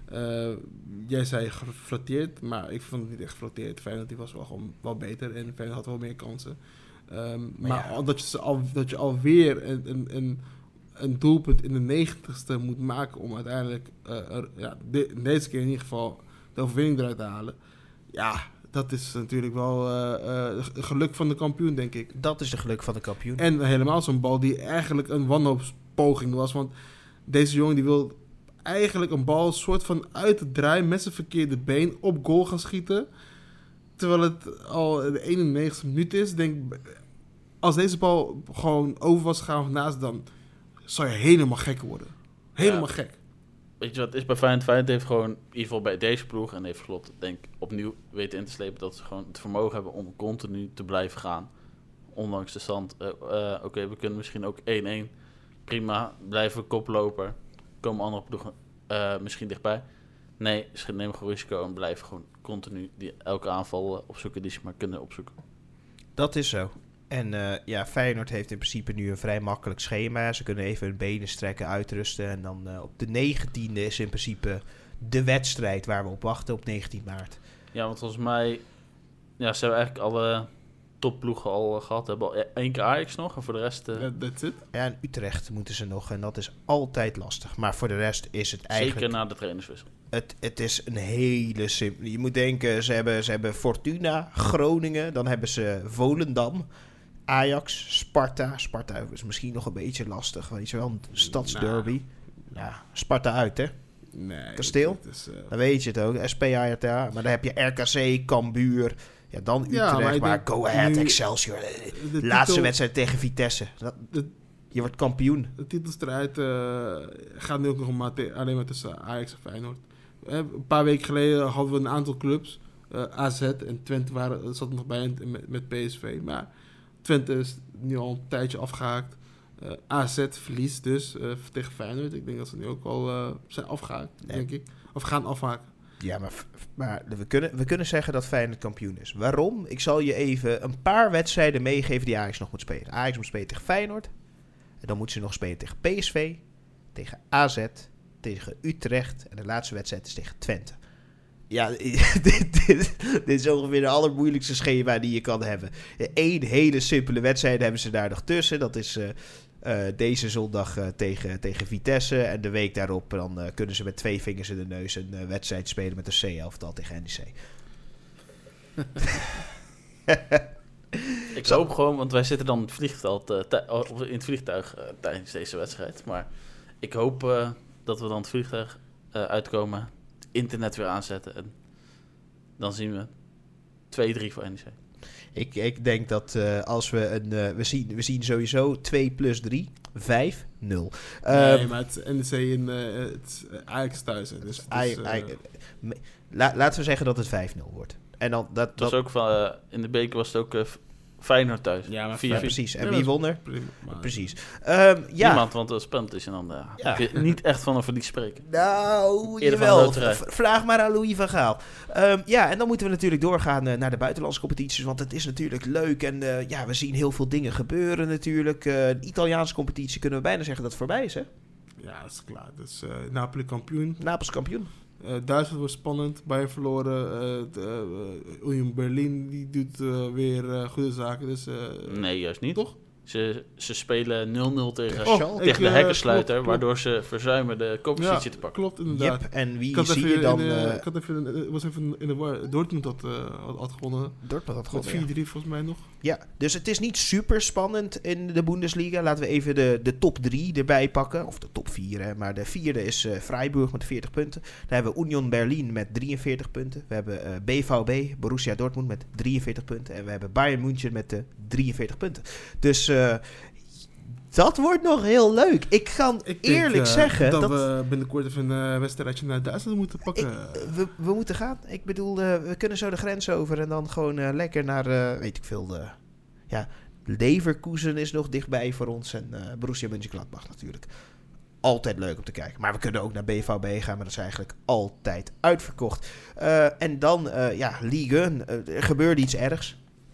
Jij zei geflatteerd, maar ik vond het niet echt geflatteerd. Feyenoord die was wel gewoon wel beter en Feyenoord had wel meer kansen. Maar dat je alweer een doelpunt in de 90ste moet maken om uiteindelijk deze keer in ieder geval de overwinning eruit te halen. Ja, dat is natuurlijk wel het geluk van de kampioen, denk ik. Dat is de geluk van de kampioen. En helemaal zo'n bal die eigenlijk een wanhoopspoging was. Want deze jongen die wil eigenlijk een bal soort van uit het draai met zijn verkeerde been op goal gaan schieten. Terwijl het al de 91ste minuut is. Denk, als deze bal gewoon over was gegaan of naast, dan zou je helemaal gek worden. Helemaal gek. Weet je wat is bij Feyenoord? Feyenoord heeft gewoon, in ieder geval bij deze ploeg, en heeft Slot, denk ik, opnieuw weten in te slepen dat ze gewoon het vermogen hebben om continu te blijven gaan. Ondanks de stand. Oké, we kunnen misschien ook 1-1. Prima, blijven koploper. Komen andere ploegen misschien dichtbij. Nee, ze nemen gewoon risico en blijven gewoon continu elke aanval opzoeken die ze maar kunnen opzoeken. Dat is zo. En Feyenoord heeft in principe nu een vrij makkelijk schema. Ze kunnen even hun benen strekken, uitrusten. En dan op de 19e is in principe de wedstrijd waar we op wachten op 19 maart. Ja, want volgens mij ze hebben eigenlijk alle topploegen al gehad. Hebben al 1 keer Ajax nog en voor de rest... That's it. Ja, en Utrecht moeten ze nog en dat is altijd lastig. Maar voor de rest is het eigenlijk... Zeker na de trainerswissel. Het is een hele simpele... Je moet denken, ze hebben Fortuna, Groningen, dan hebben ze Volendam... Ajax, Sparta. Sparta is misschien nog een beetje lastig. Weet je wel, een stadsderby. Ja, Sparta uit, hè? Nee. Kasteel? Dan weet je het ook. SP Ajax, maar dan heb je RKC, Cambuur. Ja, dan Utrecht, maar Go Ahead, Excelsior. De laatste wedstrijd tegen Vitesse. Je wordt kampioen. De titelstrijd gaat nu ook nog alleen maar tussen Ajax en Feyenoord. Een paar weken geleden hadden we een aantal clubs. AZ en Twente zat nog bij met PSV. Maar Twente is nu al een tijdje afgehaakt. AZ verliest dus tegen Feyenoord. Ik denk dat ze nu ook al zijn afgehaakt, denk ik. Of gaan afhaken. Ja, maar we kunnen zeggen dat Feyenoord kampioen is. Waarom? Ik zal je even een paar wedstrijden meegeven die Ajax nog moet spelen. Ajax moet spelen tegen Feyenoord. En dan moeten ze nog spelen tegen PSV, tegen AZ, tegen Utrecht. En de laatste wedstrijd is tegen Twente. Ja, dit is ongeveer de allermoeilijkste schema die je kan hebben. 1 hele simpele wedstrijd hebben ze daar nog tussen. Dat is deze zondag tegen Vitesse. En de week daarop dan kunnen ze met 2 vingers in de neus een wedstrijd spelen met de C-elftal tegen NEC. Ik hoop gewoon, want wij zitten dan in het vliegtuig tijdens deze wedstrijd. Maar Ik hoop dat we dan het vliegtuig uitkomen, internet weer aanzetten en dan zien we 2-3 voor NEC. Ik denk dat als we we zien sowieso 2 plus 3, 5-0. Nee, maar het NEC in het Ajax thuis. Hè, dus laten we zeggen dat het 5-0 wordt. En dan Dat was ook van, in de beker was het ook Feyenoord thuis. Ja, maar 4-4. Ja, precies. En wie won er? prima, maar- Precies. Niemand, want het spannend is en dan kun je niet echt van een verlies spreken. Nou, Eerder van de jawel. loterij. Vraag maar aan Louis van Gaal. En dan moeten we natuurlijk doorgaan naar de buitenlandse competities. Want het is natuurlijk leuk. En we zien heel veel dingen gebeuren natuurlijk. De Italiaanse competitie kunnen we bijna zeggen dat het voorbij is, hè? Ja, dat is klaar. Dus Napoli kampioen. Napels kampioen. Duitsland wordt spannend. Bayern verloren. Union Berlin die doet weer goede zaken. Dus, Nee, juist niet. Toch? Ze spelen 0-0 tegen Oh, de hekkensluiter, klopt. waardoor ze verzuimen de koppositie te pakken. Klopt, inderdaad. Yep. En Ik wie had zie even je dan? was even in de war. Dortmund had gewonnen. Dortmund had Met gewonnen, 4-3 volgens mij nog. Ja, dus het is niet super spannend in de Bundesliga. Laten we even de top 3 erbij pakken. Of de top 4, hè. Maar de vierde is Freiburg met 40 punten. Dan hebben we Union Berlin met 43 punten. We hebben BVB, Borussia Dortmund met 43 punten. En we hebben Bayern München met 43 punten. Dus dat wordt nog heel leuk. Ik kan eerlijk zeggen dat we binnenkort even een wedstrijdje naar Duitsland moeten pakken. we moeten gaan. Ik bedoel, we kunnen zo de grens over en dan gewoon lekker naar, weet ik veel, Leverkusen is nog dichtbij voor ons en Borussia Mönchengladbach natuurlijk. Altijd leuk om te kijken. Maar we kunnen ook naar BVB gaan, maar dat is eigenlijk altijd uitverkocht. En dan, Ligue 1. Er gebeurde iets ergs.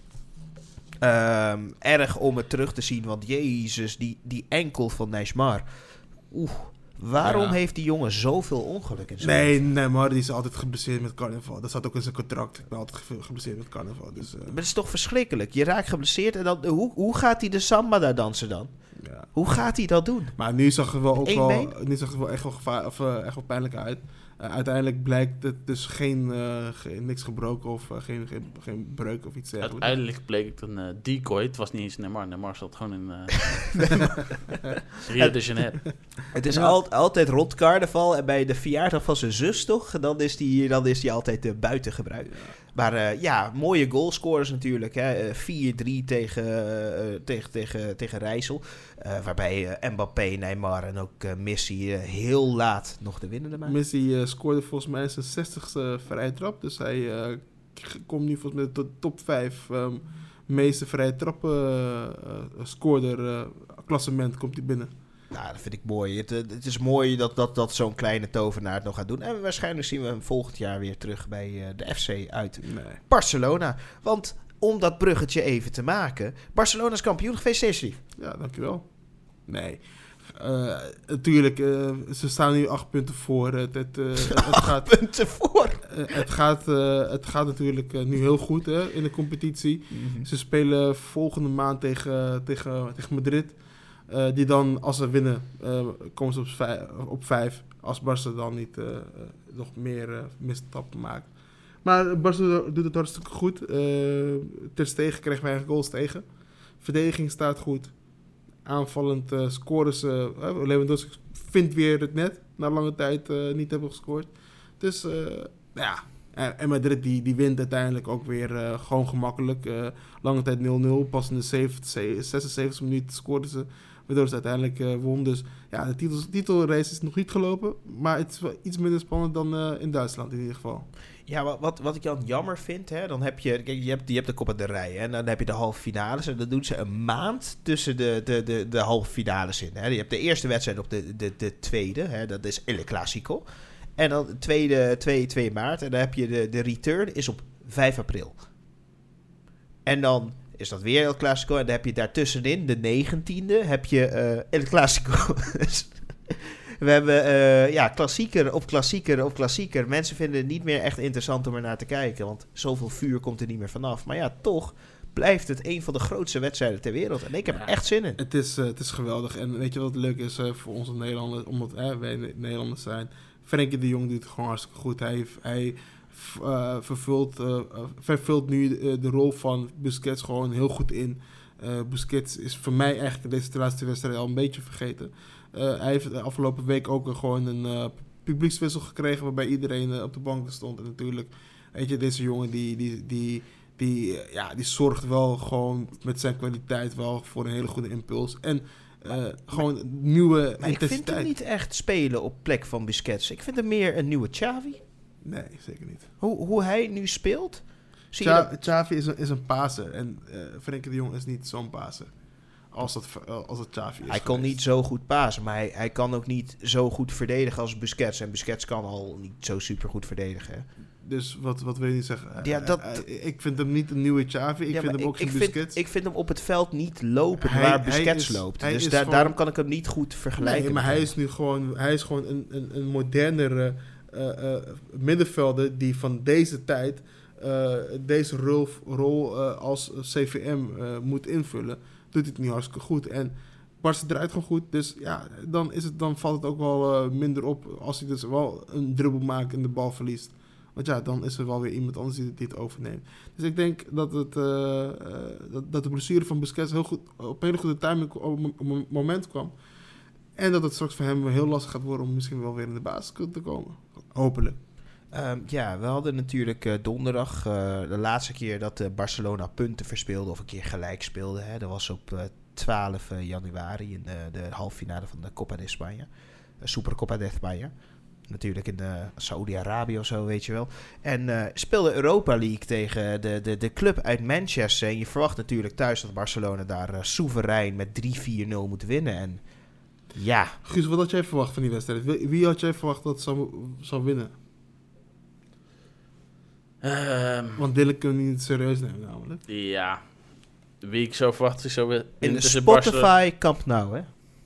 Erg om het terug te zien, want jezus, die enkel van Neymar. Waarom heeft die jongen zoveel ongeluk in zijn Nee, maar die is altijd geblesseerd met carnaval. Dat staat ook in zijn contract. Ik ben altijd geblesseerd met carnaval. Dus, Maar het is toch verschrikkelijk. Je raakt geblesseerd en dan, hoe gaat hij de samba daar dansen dan? ja. Hoe gaat hij dat doen? Maar nu zag het wel ook Eén wel, been? nu zag het wel echt wel gevaar, of echt wel pijnlijk uit. Uiteindelijk blijkt het dus niks gebroken of geen breuk of iets dergelijks. Uiteindelijk bleek het een decoy. Het was niet eens Neymar. Neymar zat gewoon in Rio de Janeiro. Het is altijd rond carnaval en bij de verjaardag van zijn zus toch? Dan is die altijd buiten gebruikt. Ja. Maar mooie goalscorers natuurlijk. Hè. 4-3 tegen Rijssel. Waarbij Mbappé, Neymar en ook Messi heel laat nog de winnende maken. Messi scoorde volgens mij zijn 60ste vrije trap. Dus hij komt nu volgens mij tot top 5 meeste vrije trappen scoorder klassement komt hij binnen. Nou, dat vind ik mooi. Het is mooi dat zo'n kleine tovenaar het nog gaat doen. En waarschijnlijk zien we hem volgend jaar weer terug bij de FC uit Barcelona. Want om dat bruggetje even te maken. Barcelona is kampioen. Gefeliciteerd, Steve. Ja, dankjewel. Nee. Natuurlijk, ze staan nu 8 punten voor. Het gaat punten voor. Het gaat natuurlijk nu heel goed hè, in de competitie. Mm-hmm. Ze spelen volgende maand tegen Madrid. Die dan, als ze winnen, komen ze op 5. Als Barca dan niet nog meer misstappen maakt. Maar Barca doet het hartstikke goed. Ter Stegen kregen wij goals tegen. Verdediging staat goed. Aanvallend scoren ze. Lewandowski vindt weer het net. Na lange tijd niet hebben gescoord. Dus ja. En Madrid die wint uiteindelijk ook weer gewoon gemakkelijk. Lange tijd 0-0. Pas in de 76e minuut scoorden ze. Waardoor ze uiteindelijk won. Dus ja, de titelrace is nog niet gelopen. Maar het is wel iets minder spannend dan in Duitsland in ieder geval. Ja, wat ik dan jammer vind, hè, dan heb je... Kijk, je hebt de Copa del Rey, hè, en dan heb je de halve finales. En dan doen ze een maand tussen de halve finales in. Hè. Je hebt de eerste wedstrijd op de tweede. Hè, dat is El Clasico. En dan 2 maart. En dan heb je de return is op 5 april. En dan is dat weer El Clasico. En dan heb je daartussenin, de 19e, heb je El Clasico. We hebben klassieker op klassieker op klassieker. Mensen vinden het niet meer echt interessant om er naar te kijken. Want zoveel vuur komt er niet meer vanaf. Maar ja, toch blijft het een van de grootste wedstrijden ter wereld. En ik heb er echt zin in. Het is geweldig. En weet je wat leuk is voor onze Nederlanders? Omdat wij Nederlanders zijn. Frenkie de Jong doet het gewoon hartstikke goed. Hij vervult nu de rol van Busquets gewoon heel goed in. Busquets is voor mij eigenlijk deze laatste wedstrijd al een beetje vergeten. Hij heeft de afgelopen week ook gewoon een publiekswissel gekregen waarbij iedereen op de bank stond. En natuurlijk, weet je, deze jongen die zorgt wel gewoon met zijn kwaliteit wel voor een hele goede impuls. En gewoon nieuwe maar intensiteit. Ik vind hem niet echt spelen op plek van Busquets. Ik vind hem meer een nieuwe Xavi. Nee, zeker niet. Hoe hij nu speelt. Xavi is een paser. En Frenkie de Jong is niet zo'n paser. Als het Xavi is. Hij kan niet zo goed pasen, maar hij kan ook niet zo goed verdedigen als Busquets. En Busquets kan al niet zo super goed verdedigen. Hè? Dus wat wil je niet zeggen? Ja, ik vind hem niet een nieuwe Xavi. Ik vind hem ook geen Busquets. Ik vind hem op het veld niet lopen waar Busquets loopt. Dus daarom kan ik hem niet goed vergelijken. Nee, maar hij is nu gewoon, een modernere middenvelder die van deze tijd deze rol als CVM moet invullen. Doet hij het nu hartstikke goed. En Barca draait gewoon goed. Dus ja, dan valt het ook wel minder op als hij dus wel een dribbel maakt en de bal verliest. Want ja, dan is er wel weer iemand anders die het overneemt. Dus ik denk dat dat de blessure van Busquets heel goed, op een hele goede timing op een moment kwam. En dat het straks voor hem heel lastig gaat worden om misschien wel weer in de basis te komen. Hopelijk. We hadden natuurlijk donderdag de laatste keer dat Barcelona punten verspeelde of een keer gelijk speelde. Hè. Dat was op 12 januari in de halffinale van de Copa de España. Supercopa de España. Natuurlijk in Saoedi-Arabië of zo, weet je wel. En speelde Europa League tegen de club uit Manchester. En je verwacht natuurlijk thuis dat Barcelona daar soeverein met 3-4-0 moet winnen. En ja. Guus, wat had jij verwacht van die wedstrijd? Wie had jij verwacht dat zou winnen? Want Dylan kunnen we niet serieus nemen namelijk. Ja. Wie ik zo verwacht is zo weer... In de Spotify Camp Nou, hè?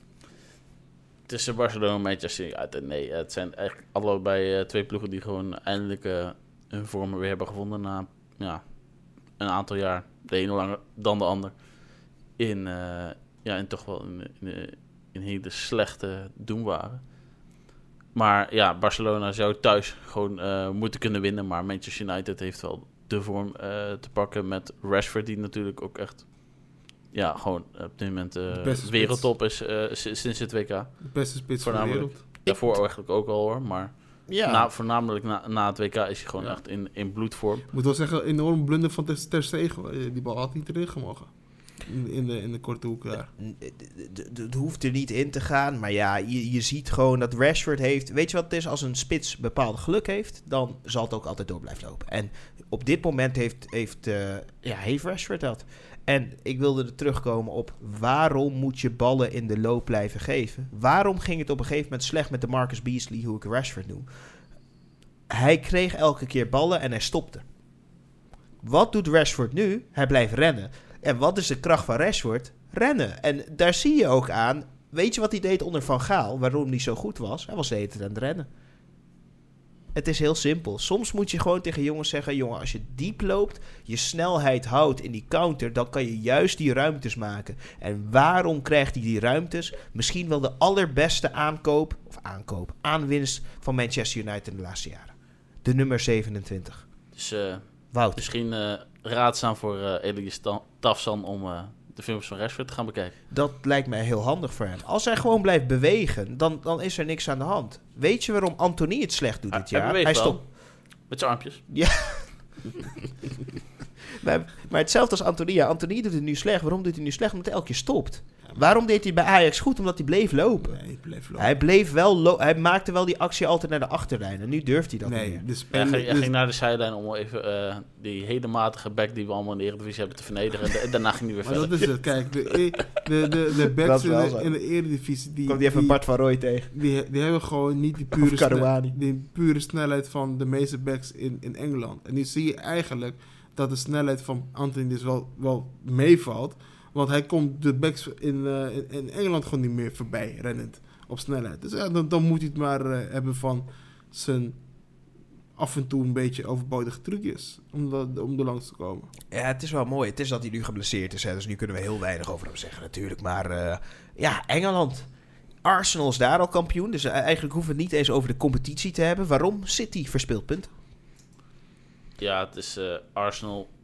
Tussen Barcelona en Manchester United. Nee, het zijn eigenlijk allebei twee ploegen die gewoon eindelijk hun vorm weer hebben gevonden na een aantal jaar. De ene langer dan de ander. In toch wel in hele slechte doen waren. Maar ja, Barcelona zou thuis gewoon moeten kunnen winnen. Maar Manchester United heeft wel de vorm te pakken met Rashford, die natuurlijk ook echt gewoon op dit moment wereldtop is sinds het WK. De beste spits van de wereld. Daarvoor eigenlijk ook al hoor, maar voornamelijk na het WK is hij gewoon echt in bloedvorm. Ik moet wel zeggen, enorm blunder van Ter Stegen. Die bal had niet erin gemogen. In de korte hoek daar. Het hoeft er niet in te gaan. Maar ja, je ziet gewoon dat Rashford heeft... Weet je wat het is? Als een spits bepaald geluk heeft, dan zal het ook altijd door blijven lopen. En op dit moment heeft Rashford dat. En ik wilde er terugkomen op waarom moet je ballen in de loop blijven geven? Waarom ging het op een gegeven moment slecht met de Marcus Beasley, hoe ik Rashford noem? Hij kreeg elke keer ballen en hij stopte. Wat doet Rashford nu? Hij blijft rennen. En wat is de kracht van Rashford? Rennen. En daar zie je ook aan. Weet je wat hij deed onder Van Gaal? Waarom hij zo goed was? Hij was de hele tijd aan het rennen. Het is heel simpel. Soms moet je gewoon tegen jongens zeggen... jongen, als je diep loopt, je snelheid houdt in die counter... dan kan je juist die ruimtes maken. En waarom krijgt hij die ruimtes? Misschien wel de allerbeste aanwinst van Manchester United in de laatste jaren. De nummer 27. Dus Wout. Misschien raadzaam voor Elias Tafsan om de films van Rashford te gaan bekijken. Dat lijkt mij heel handig voor hem. Als hij gewoon blijft bewegen, dan is er niks aan de hand. Weet je waarom Anthony het slecht doet dit jaar? Hij stopt. Met zijn armpjes. Ja. maar hetzelfde als Anthony. Ja, Anthony doet het nu slecht. Waarom doet hij nu slecht? Omdat hij elke keer stopt. Waarom deed hij bij Ajax goed? Omdat hij bleef lopen. Nee, hij bleef lopen. Hij maakte wel die actie altijd naar de achterlijn. En nu durft hij dat niet meer. Hij ging naar de zijlijn om even die hele matige back die we allemaal in de Eredivisie hebben te vernederen. En daarna ging hij weer verder. Maar dat is het. Kijk, de backs in de Eredivisie... Komt hij even Bart van Rooij tegen. Die hebben gewoon niet die pure snelheid van de meeste backs in Engeland. En nu zie je eigenlijk dat de snelheid van Anthony dus wel meevalt... Want hij komt de backs in Engeland gewoon niet meer voorbij, rennend, op snelheid. Dus dan moet hij het maar hebben van zijn af en toe een beetje overbodige trucjes om er langs te komen. Ja, het is wel mooi. Het is dat hij nu geblesseerd is, hè, dus nu kunnen we heel weinig over hem zeggen natuurlijk. Maar Engeland. Arsenal is daar al kampioen, dus eigenlijk hoeven we het niet eens over de competitie te hebben. Waarom? City verspeelt punten. Ja, het is Arsenal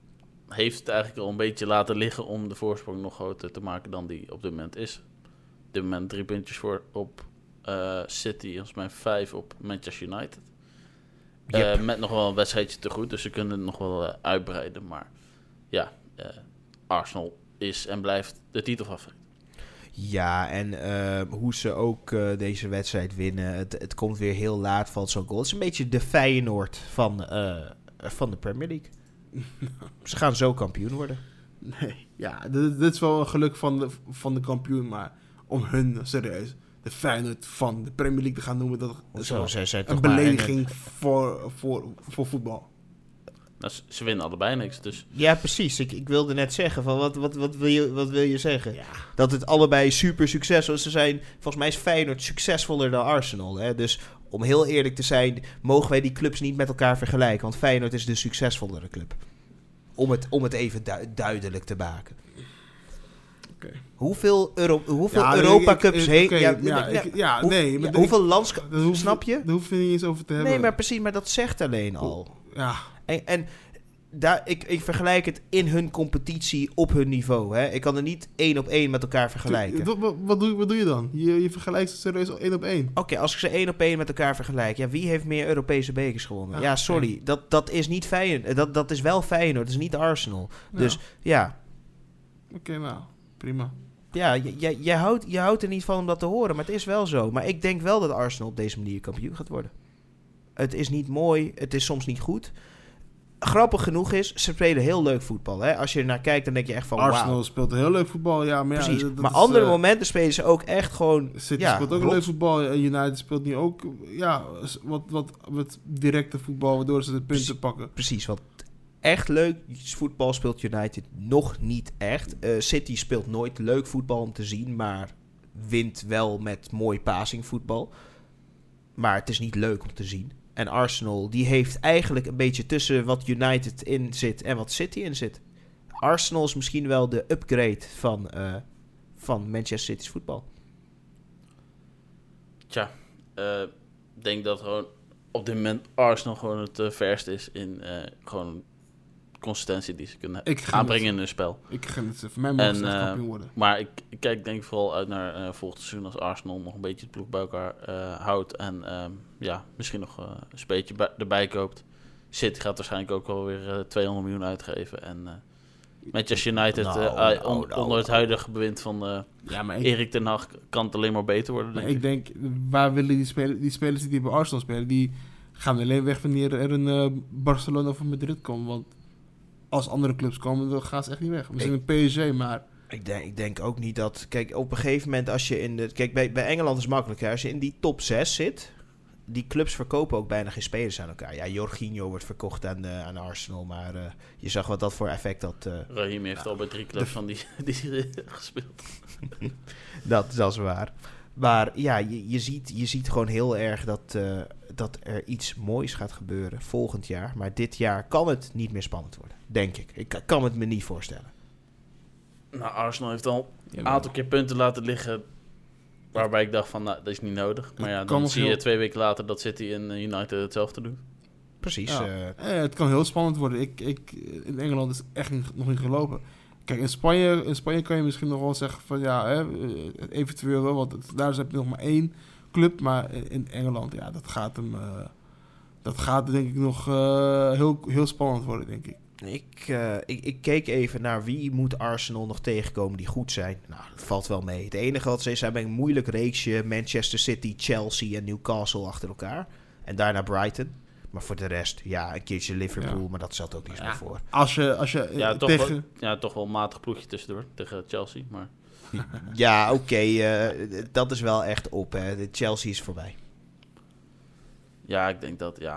heeft het eigenlijk al een beetje laten liggen om de voorsprong nog groter te maken dan die op dit moment is. Op dit moment 3 puntjes voor op City, volgens mij 5 op Manchester United. Yep. Met nog wel een wedstrijdje te goed, dus ze kunnen het nog wel uitbreiden. Maar ja, Arsenal is en blijft de titelfavoriet. Ja, en hoe ze ook deze wedstrijd winnen. Het komt weer heel laat van zo'n goal. Het is een beetje de Feyenoord van de Premier League. Ze gaan zo kampioen worden. Nee, ja, dit is wel een geluk van de kampioen, maar om hun, serieus, de Feyenoord van de Premier League te gaan noemen, dat is Zo, wel zij zijn een toch maar belediging voor voetbal. Nou, ze winnen allebei niks, dus... Ja, precies. Ik wilde net zeggen, van wat wil je zeggen? Ja. Dat het allebei super succesvol is. Ze zijn, volgens mij is Feyenoord succesvoller dan Arsenal. Hè? Dus om heel eerlijk te zijn, mogen wij die clubs niet met elkaar vergelijken. Want Feyenoord is de succesvollere club. Om het even duidelijk te maken. Okay. Hoeveel Europa Cups heen? Okay, hoeveel landskappen? Snap je? Daar hoef je niet eens over te hebben. Nee, maar precies, maar dat zegt alleen al. Ja. En daar, ik vergelijk het in hun competitie op hun niveau. Hè? Ik kan er niet 1 op 1 met elkaar vergelijken. Wat doe je dan? Je vergelijkt ze serieus 1 op 1. Oké, als ik ze 1 op 1 met elkaar vergelijk. Ja, wie heeft meer Europese bekers gewonnen? Ja, sorry. Dat is niet Feyenoord. Dat is wel Feyenoord. Dat is niet Arsenal. Ja. Dus ja. Oké, nou, prima. Ja, je houdt er niet van om dat te horen. Maar het is wel zo. Maar ik denk wel dat Arsenal op deze manier kampioen gaat worden. Het is niet mooi. Het is soms niet goed. Grappig genoeg is, ze spelen heel leuk voetbal. Hè? Als je er naar kijkt, dan denk je echt van Arsenal speelt heel leuk voetbal, ja. Maar precies, ja, maar andere momenten spelen ze ook echt gewoon... City speelt ook leuk voetbal. United speelt nu ook wat directe voetbal, waardoor ze de punten pakken. Precies, wat echt leuk voetbal speelt United nog niet echt. City speelt nooit leuk voetbal om te zien, maar wint wel met mooi passingvoetbal. Maar het is niet leuk om te zien. En Arsenal, die heeft eigenlijk een beetje tussen wat United in zit en wat City in zit. Arsenal is misschien wel de upgrade van Manchester City's voetbal. Tja, ik denk dat gewoon op dit moment Arsenal gewoon het verst is in gewoon consistentie die ze kunnen aanbrengen in hun spel. Ik gun het ze. Voor mij mogen ze kampioen worden. Maar ik kijk denk ik vooral uit naar volgend seizoen als Arsenal nog een beetje het ploeg bij elkaar houdt. En misschien nog een speetje erbij koopt. City gaat waarschijnlijk ook wel weer 200 miljoen uitgeven. En Manchester United onder het huidige bewind van Erik ten Hag kan het alleen maar beter worden. Denk ik denk, waar willen die spelers die bij Arsenal spelen, die gaan alleen weg wanneer er een Barcelona of Madrid komt. Want als andere clubs komen, dan gaan ze echt niet weg. We zijn een PSG, maar... Ik denk ook niet dat... Kijk, op een gegeven moment als je in de... Kijk, bij Engeland is het makkelijk. Hè? Als je in die top 6 zit... Die clubs verkopen ook bijna geen spelers aan elkaar. Ja, Jorginho wordt verkocht aan Arsenal. Maar je zag wat dat voor effect had. Raheem heeft al bij 3 clubs van die gespeeld. dat is waar. Maar ja, je ziet gewoon heel erg dat er iets moois gaat gebeuren volgend jaar. Maar dit jaar kan het niet meer spannend worden. Denk ik. Ik kan het me niet voorstellen. Nou, Arsenal heeft al een aantal keer punten laten liggen... Waarbij ik dacht van, dat is niet nodig. Maar ja, dan zie je 2 weken later dat City en United hetzelfde doen. Precies. Ja. Het kan heel spannend worden. In Engeland is het echt nog niet gelopen. Kijk, in Spanje kan je misschien nog wel zeggen van eventueel wel. Want daar heb je nog maar 1 club. Maar in Engeland, ja, dat gaat denk ik nog heel spannend worden, denk ik. Ik keek even naar wie moet Arsenal nog tegenkomen die goed zijn. Nou, dat valt wel mee. Het enige wat ze hebben een moeilijk reeksje. Manchester City, Chelsea en Newcastle achter elkaar. En daarna Brighton. Maar voor de rest, ja, een keertje Liverpool. Ja. Maar dat stelt ook niets meer voor. Als je toch wel een matig ploegje tussendoor tegen Chelsea. Maar... Ja, oké. Dat is wel echt op. Hè. De Chelsea is voorbij. Ja, ik denk dat,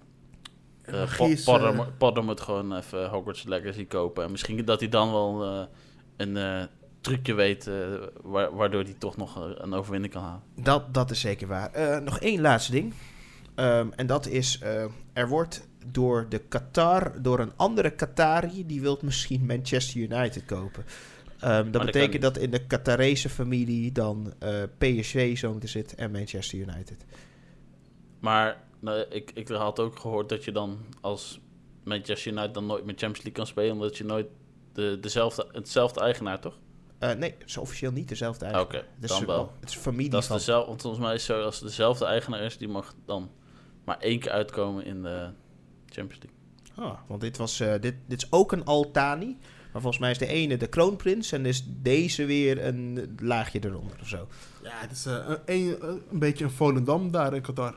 Potter moet gewoon even Hogwarts Legacy kopen. En misschien dat hij dan wel een trucje weet... waardoor hij toch nog een overwinning kan halen. Dat is zeker waar. Nog 1 laatste ding. En dat is... er wordt door een andere Qatari... die wil misschien Manchester United kopen. Dat betekent dat in de Qatarese familie... dan PSG zo moeten zitten en Manchester United. Maar... Nou, ik had ook gehoord dat je dan als Manchester United dan nooit meer Champions League kan spelen, omdat je nooit hetzelfde eigenaar, toch? Nee, het is officieel niet dezelfde eigenaar. Oké, dan wel. Het is familie Dat is van... dezelfde, want volgens mij is het zo, als het dezelfde eigenaar is, die mag dan maar 1 keer uitkomen in de Champions League. Want dit is ook een Al-Thani. Maar volgens mij is de ene de kroonprins en is deze weer een laagje eronder of zo. Ja, het is een beetje een Volendam daar in Qatar.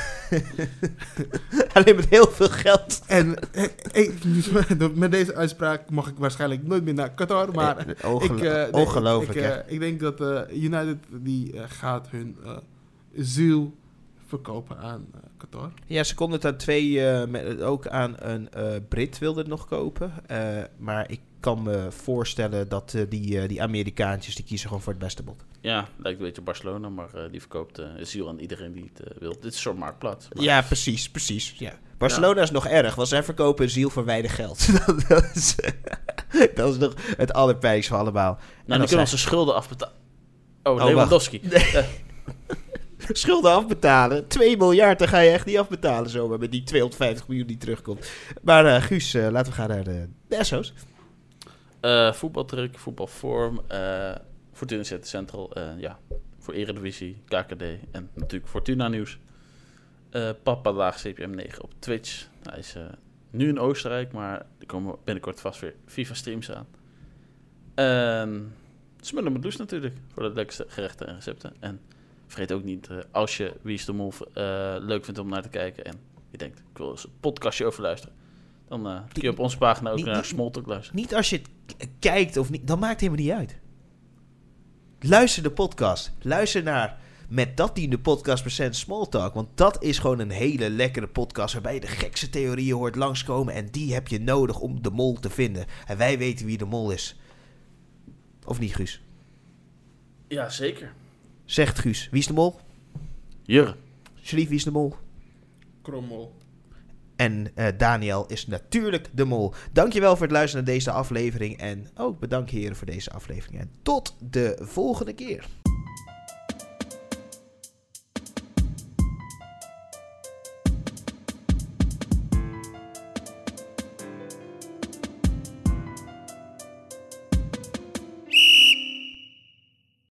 Alleen met heel veel geld. En met deze uitspraak mag ik waarschijnlijk nooit meer naar Qatar. Maar ongelooflijk, ik denk dat United die gaat hun ziel verkopen aan Qatar. Ja, ze konden het aan ook aan een Brit wilde het nog kopen. Maar ik kan me voorstellen dat die Amerikaantjes, die kiezen gewoon voor het beste bod. Ja, lijkt een beetje op Barcelona, maar die verkoopt ziel aan iedereen die het wil. Dit is een soort marktplaats. Maar... Ja, precies. Ja. Barcelona is nog erg, want zij verkopen ziel voor weinig geld. dat is nog het allerpijnlijkste van allemaal. Nou, die kunnen onze schulden afbetalen. Oh, Oh, Lewandowski. Schulden afbetalen. 2 miljard, dan ga je echt niet afbetalen zomaar met die 250 miljoen die terugkomt. Maar Guus, laten we gaan naar de SO's. Voetbaltruc, voetbalvorm, Fortuna City Central, voor Eredivisie, KKD en natuurlijk Fortuna nieuws. Papa Laag CPM9 op Twitch. Hij is nu in Oostenrijk, maar er komen binnenkort vast weer FIFA-streams aan. Smullen met Loes natuurlijk, voor de lekkerste gerechten en recepten. En vergeet ook niet, als je Wie is de Mol leuk vindt om naar te kijken en je denkt, ik wil eens een podcastje over luisteren, dan kun je op onze pagina ook naar Smalltalk luisteren. Niet als je het kijkt of niet, dan maakt het helemaal niet uit. Luister de podcast. Luister naar Met dat diende podcast percent Smalltalk. Want dat is gewoon een hele lekkere podcast waarbij je de gekste theorieën hoort langskomen. En die heb je nodig om de mol te vinden. En wij weten wie de mol is. Of niet, Guus? Ja, zeker. Zegt Guus, wie is de mol? Jurre. Sharif, wie is de mol? Krommel. En Daniel is natuurlijk de mol. Dankjewel voor het luisteren naar deze aflevering. En ook bedankt heren voor deze aflevering. En tot de volgende keer.